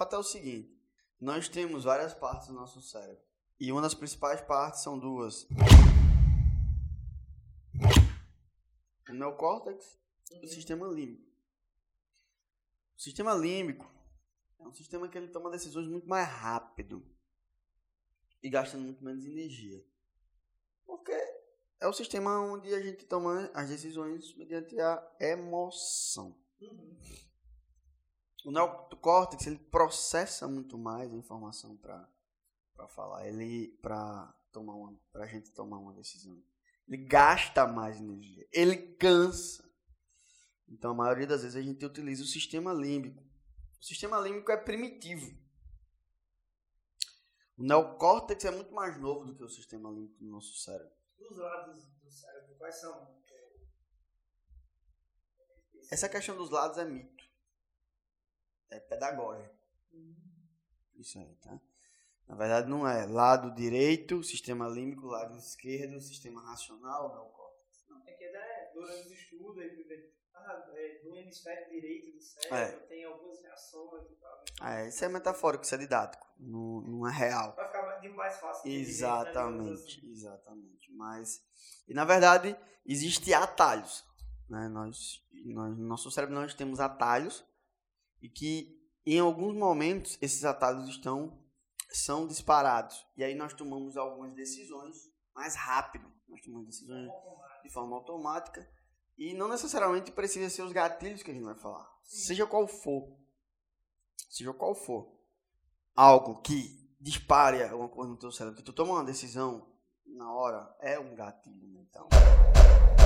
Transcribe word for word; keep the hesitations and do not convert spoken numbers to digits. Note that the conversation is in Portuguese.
fato é o seguinte, nós temos várias partes do nosso cérebro. E uma das principais partes são duas. O neocórtex e o sistema límbico. O sistema límbico é um sistema que ele toma decisões muito mais rápido e gastando muito menos energia. Porque é o sistema onde a gente toma as decisões mediante a emoção. Uhum. O neocórtex, ele processa muito mais a informação para para falar, ele para tomar uma, pra gente tomar uma decisão. Ele gasta mais energia, ele cansa. Então, a maioria das vezes a gente utiliza o sistema límbico. O sistema límbico é primitivo. O neocórtex é muito mais novo do que o sistema límbico do nosso cérebro. Os lados do cérebro, quais são? Essa questão dos lados é mito. É pedagógico. Uhum. Isso aí, tá? Na verdade, não é. Lado direito, sistema límbico, lado esquerdo, sistema racional, neocórtex. Não. É que é, durante os estudos, ah, é, no hemisfério direito do cérebro, é. Tem algumas reações e tal. É, isso é metafórico, isso é didático. Não, não é real. Vai ficar de mais fácil. Exatamente, assim. exatamente. Mas, e na verdade, existem atalhos. Né? Nós, nós, no nosso cérebro, nós temos atalhos e que, em alguns momentos, esses atalhos estão, são disparados. E aí nós tomamos algumas decisões mais rápido. Nós tomamos decisões de forma automática. E não necessariamente precisa ser os gatilhos que a gente vai falar. Sim. Seja qual for. Seja qual for. Algo que dispare alguma coisa no teu cérebro, que tu toma uma decisão na hora, é um gatilho mental.